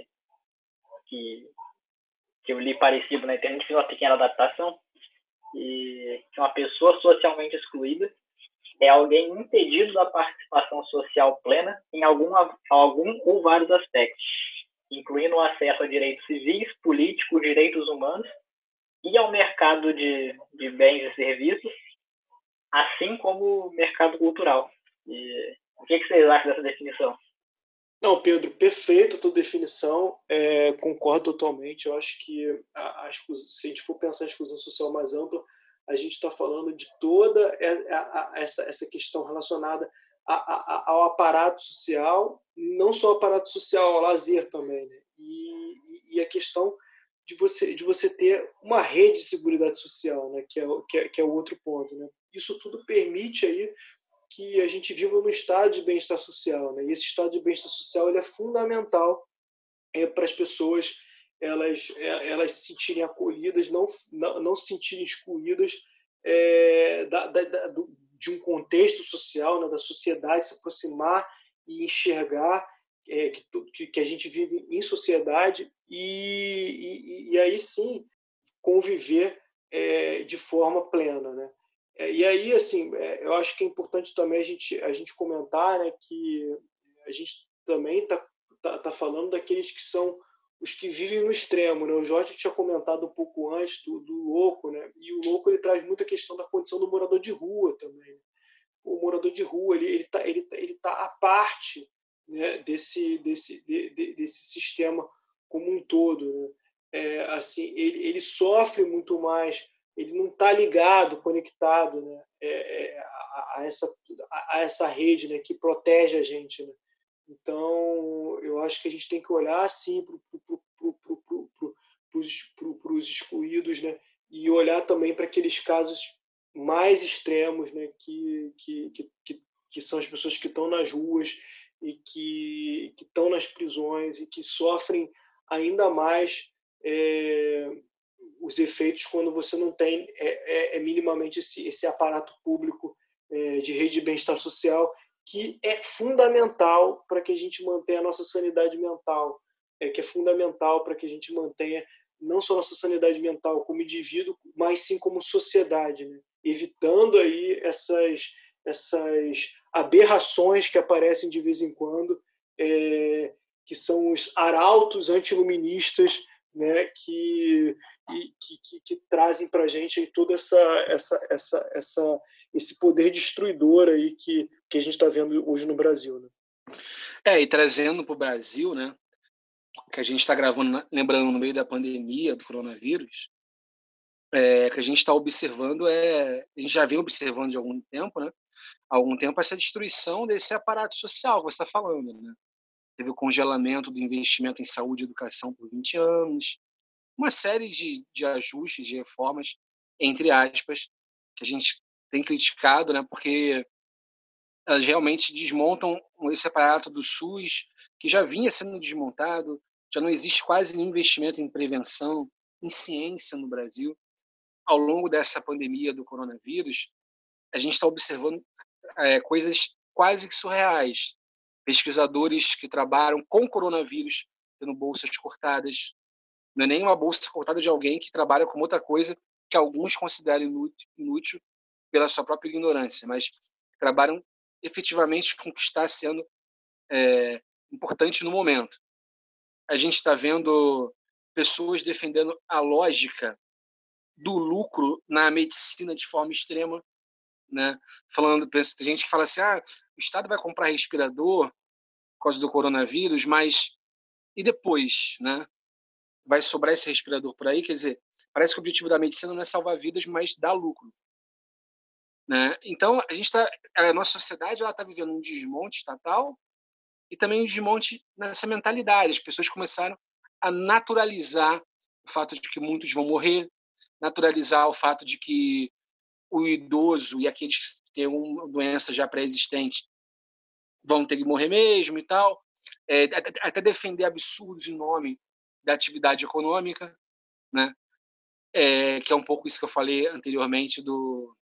eu li parecido na internet, fiz uma pequena adaptação, e que uma pessoa socialmente excluída é alguém impedido da participação social plena em algum ou vários aspectos, incluindo o acesso a direitos civis, políticos, direitos humanos e ao mercado de bens e serviços, assim como o mercado cultural. E o que vocês acham dessa definição? Não, Pedro, perfeito a tua definição, concordo totalmente. Eu acho que se a gente for pensar em exclusão social mais ampla, a gente está falando de toda essa questão relacionada ao aparato social, não só ao aparato social, ao lazer também, né? E a questão de você ter uma rede de seguridade social, né? Que é o outro ponto, né? Isso tudo permite aí que a gente viva no estado de bem-estar social, né? E esse estado de bem-estar social ele é fundamental para as pessoas elas se sentirem acolhidas, não se sentirem excluídas de um contexto social, né? Da sociedade, se aproximar e enxergar que a gente vive em sociedade e aí sim conviver de forma plena, né? E aí, assim, eu acho que é importante também a gente comentar, né, que a gente também tá falando daqueles que são os que vivem no extremo, né? O Jorge tinha comentado um pouco antes do louco, né? E o louco ele traz muita questão da condição do morador de rua também. O morador de rua ele tá à parte, né, desse sistema como um todo, né? Assim, ele sofre muito mais, ele não está ligado, conectado, né, a essa rede, né, que protege a gente, né? Então, eu acho que a gente tem que olhar assim para os excluídos, né, e olhar também para aqueles casos mais extremos, né, que são as pessoas que estão nas ruas e que estão nas prisões e que sofrem ainda mais os efeitos quando você não tem minimamente esse aparato público de rede de bem-estar social, que é fundamental para que a gente mantenha a nossa sanidade mental, que é fundamental para que a gente mantenha não só nossa sanidade mental como indivíduo, mas sim como sociedade, né? Evitando aí essas aberrações que aparecem de vez em quando, que são os arautos antiluministas, né, que e que trazem para a gente aí todo esse poder destruidor aí que a gente está vendo hoje no Brasil, né? E trazendo para o Brasil, né, que a gente está gravando, lembrando, no meio da pandemia do coronavírus, que a gente está observando, a gente já vem observando de algum tempo, né, há algum tempo, essa destruição desse aparato social que você está falando, né? Teve o congelamento do investimento em saúde e educação por 20 anos, uma série de ajustes, de reformas, entre aspas, que a gente tem criticado, né, porque elas realmente desmontam esse aparato do SUS, que já vinha sendo desmontado, já não existe quase nenhum investimento em prevenção, em ciência no Brasil. Ao longo dessa pandemia do coronavírus, a gente está observando coisas quase que surreais. Pesquisadores que trabalham com coronavírus tendo bolsas cortadas. Não é nem uma bolsa cortada de alguém que trabalha com outra coisa que alguns consideram inútil pela sua própria ignorância, mas trabalham efetivamente com o que está sendo importante no momento. A gente está vendo pessoas defendendo a lógica do lucro na medicina de forma extrema, né? Falando, tem gente que fala assim, o Estado vai comprar respirador por causa do coronavírus, mas e depois, né? Vai sobrar esse respirador por aí? Quer dizer, parece que o objetivo da medicina não é salvar vidas, mas dar lucro, né? Então, a nossa sociedade está vivendo um desmonte estatal e também um desmonte nessa mentalidade. As pessoas começaram a naturalizar o fato de que muitos vão morrer, naturalizar o fato de que o idoso e aqueles que têm uma doença já pré-existente vão ter que morrer mesmo e tal. Até defender absurdos em nome da atividade econômica, né? Que é um pouco isso que eu falei anteriormente do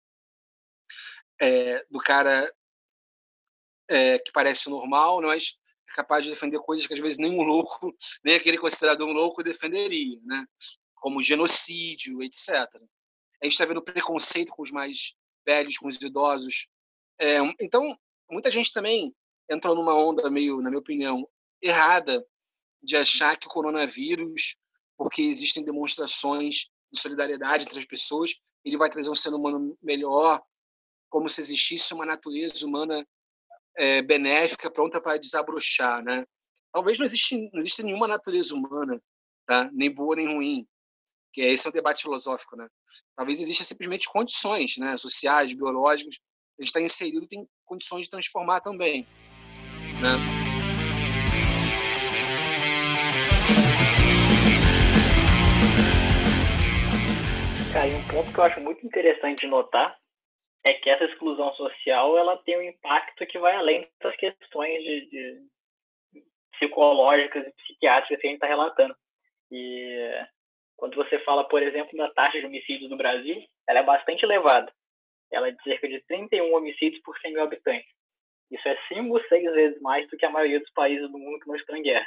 cara que parece normal, mas é capaz de defender coisas que às vezes nem um louco, nem aquele considerado um louco defenderia, né? Como genocídio, etc. A gente está vendo preconceito com os mais velhos, com os idosos. Então, muita gente também entrou numa onda meio, na minha opinião, errada de achar que o coronavírus, porque existem demonstrações de solidariedade entre as pessoas, ele vai trazer um ser humano melhor, como se existisse uma natureza humana benéfica, pronta para desabrochar, né? Talvez não existe nenhuma natureza humana, tá? Nem boa nem ruim, que esse é um debate filosófico, né? Talvez exista simplesmente condições, né, sociais, biológicas, a gente está inserido, tem condições de transformar também, né? Cara, e um ponto que eu acho muito interessante de notar é que essa exclusão social ela tem um impacto que vai além das questões de psicológicas e psiquiátricas que a gente está relatando. E quando você fala, por exemplo, da taxa de homicídios no Brasil, ela é bastante elevada. Ela é de cerca de 31 homicídios por 100 mil habitantes. Isso é 5 ou 6 vezes mais do que a maioria dos países do mundo que não estão em guerra.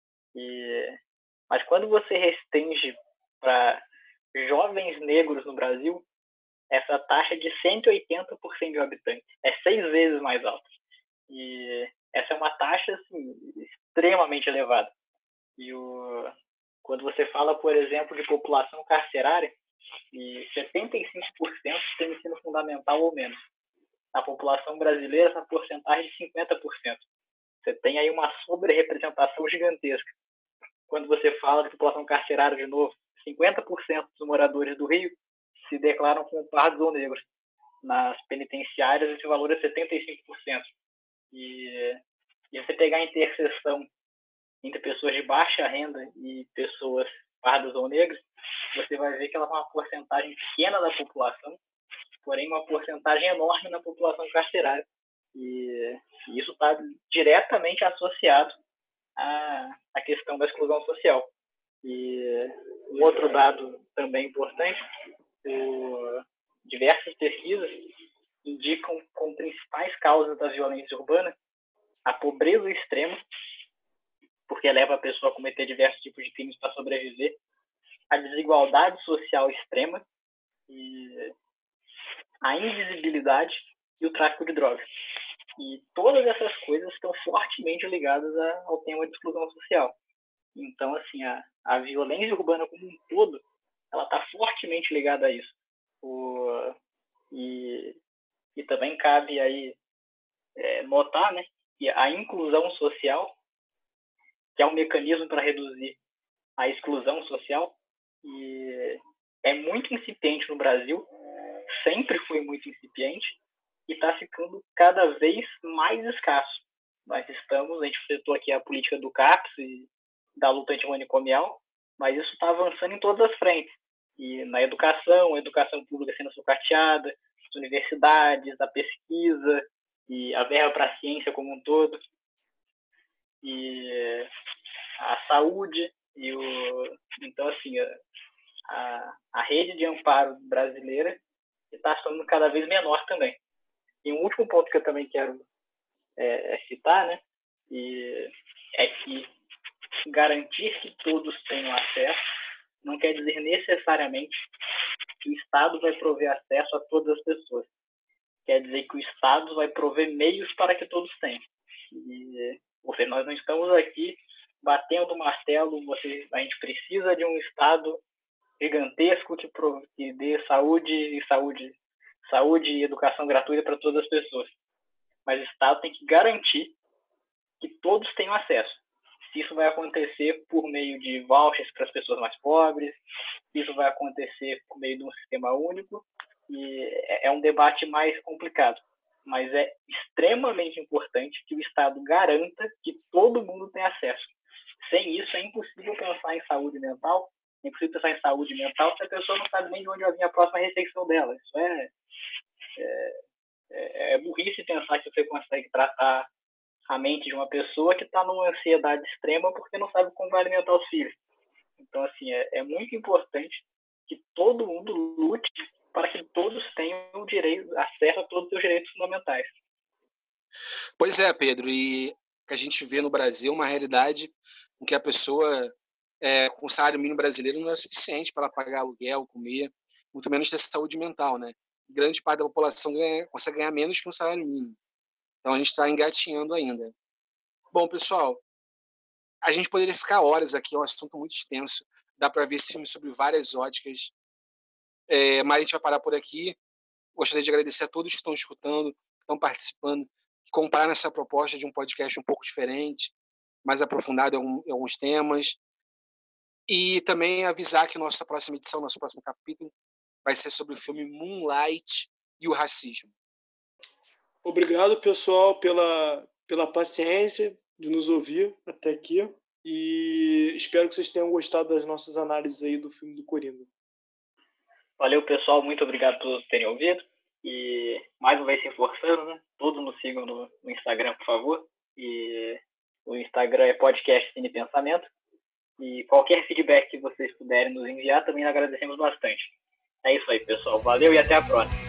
Mas quando você restringe para jovens negros no Brasil, essa taxa é de 180 por 100 mil habitantes. É 6 vezes mais alta. E essa é uma taxa assim, extremamente elevada. Quando você fala, por exemplo, de população carcerária, e 75% tem ensino fundamental ou menos. Na população brasileira, essa porcentagem é de 50%. Você tem aí uma sobre-representação gigantesca. Quando você fala de população carcerária, de novo, 50% dos moradores do Rio se declaram como pardos ou negros. Nas penitenciárias, esse valor é 75%. E você pegar a interseção entre pessoas de baixa renda e pessoas pardas ou negras, você vai ver que ela é uma porcentagem pequena da população, porém uma porcentagem enorme na população carcerária. E isso está diretamente associado à questão da exclusão social. E um outro dado também importante, diversas pesquisas indicam como principais causas da violência urbana a pobreza extrema, porque leva a pessoa a cometer diversos tipos de crimes para sobreviver, a desigualdade social extrema, e a invisibilidade e o tráfico de drogas. E todas essas coisas estão fortemente ligadas ao tema de exclusão social. Então, assim, a violência urbana como um todo, ela está fortemente ligada a isso. E também cabe aí notar, né, que a inclusão social, que é um mecanismo para reduzir a exclusão social, e é muito incipiente no Brasil, sempre foi muito incipiente, e está ficando cada vez mais escasso. A gente citou aqui a política do CAPS e da luta antimanicomial, mas isso está avançando em todas as frentes. E na educação, a educação pública sendo sucateada, as universidades, a pesquisa e a verba para a ciência como um todo, e a saúde. Então, assim, a rede de amparo brasileira está se tornando cada vez menor também. E um último ponto que eu também quero citar, né, é que garantir que todos tenham acesso não quer dizer necessariamente que o Estado vai prover acesso a todas as pessoas. Quer dizer que o Estado vai prover meios para que todos tenham. Ou seja, nós não estamos aqui batendo o martelo, a gente precisa de um Estado gigantesco que dê saúde e educação gratuita para todas as pessoas. Mas o Estado tem que garantir que todos tenham acesso. Se isso vai acontecer por meio de vouchers para as pessoas mais pobres, se isso vai acontecer por meio de um sistema único, e é um debate mais complicado. Mas é extremamente importante que o Estado garanta que todo mundo tenha acesso. Sem isso, é impossível pensar em saúde mental. É impossível pensar em saúde mental se a pessoa não sabe nem de onde vai vir a próxima refeição dela. Isso é burrice pensar que você consegue tratar a mente de uma pessoa que está numa ansiedade extrema porque não sabe como vai alimentar os filhos. Então, assim, é muito importante que todo mundo lute para que todos tenham acesso a todos os seus direitos fundamentais. Pois é, Pedro, e que a gente vê no Brasil uma realidade em que a pessoa com o salário mínimo brasileiro não é suficiente para pagar aluguel, comer, muito menos ter saúde mental, né? Grande parte da população consegue ganhar menos que um salário mínimo. Então a gente está engatinhando ainda. Bom, pessoal, a gente poderia ficar horas aqui, é um assunto muito extenso. Dá para ver esse filme sobre várias óticas. Mas a gente vai parar por aqui. Gostaria de agradecer a todos que estão escutando, que estão participando, que compraram essa proposta de um podcast um pouco diferente, mais aprofundado em alguns temas. E também avisar que nossa próxima edição, nosso próximo capítulo, vai ser sobre o filme Moonlight e o racismo. Obrigado, pessoal, pela paciência de nos ouvir até aqui. E espero que vocês tenham gostado das nossas análises aí do filme do Coringa. Valeu, pessoal. Muito obrigado por terem ouvido. E mais uma vez reforçando, né? Todos nos sigam no Instagram, por favor. E o Instagram é podcast Cine Pensamento. E qualquer feedback que vocês puderem nos enviar, também agradecemos bastante. É isso aí, pessoal. Valeu e até a próxima.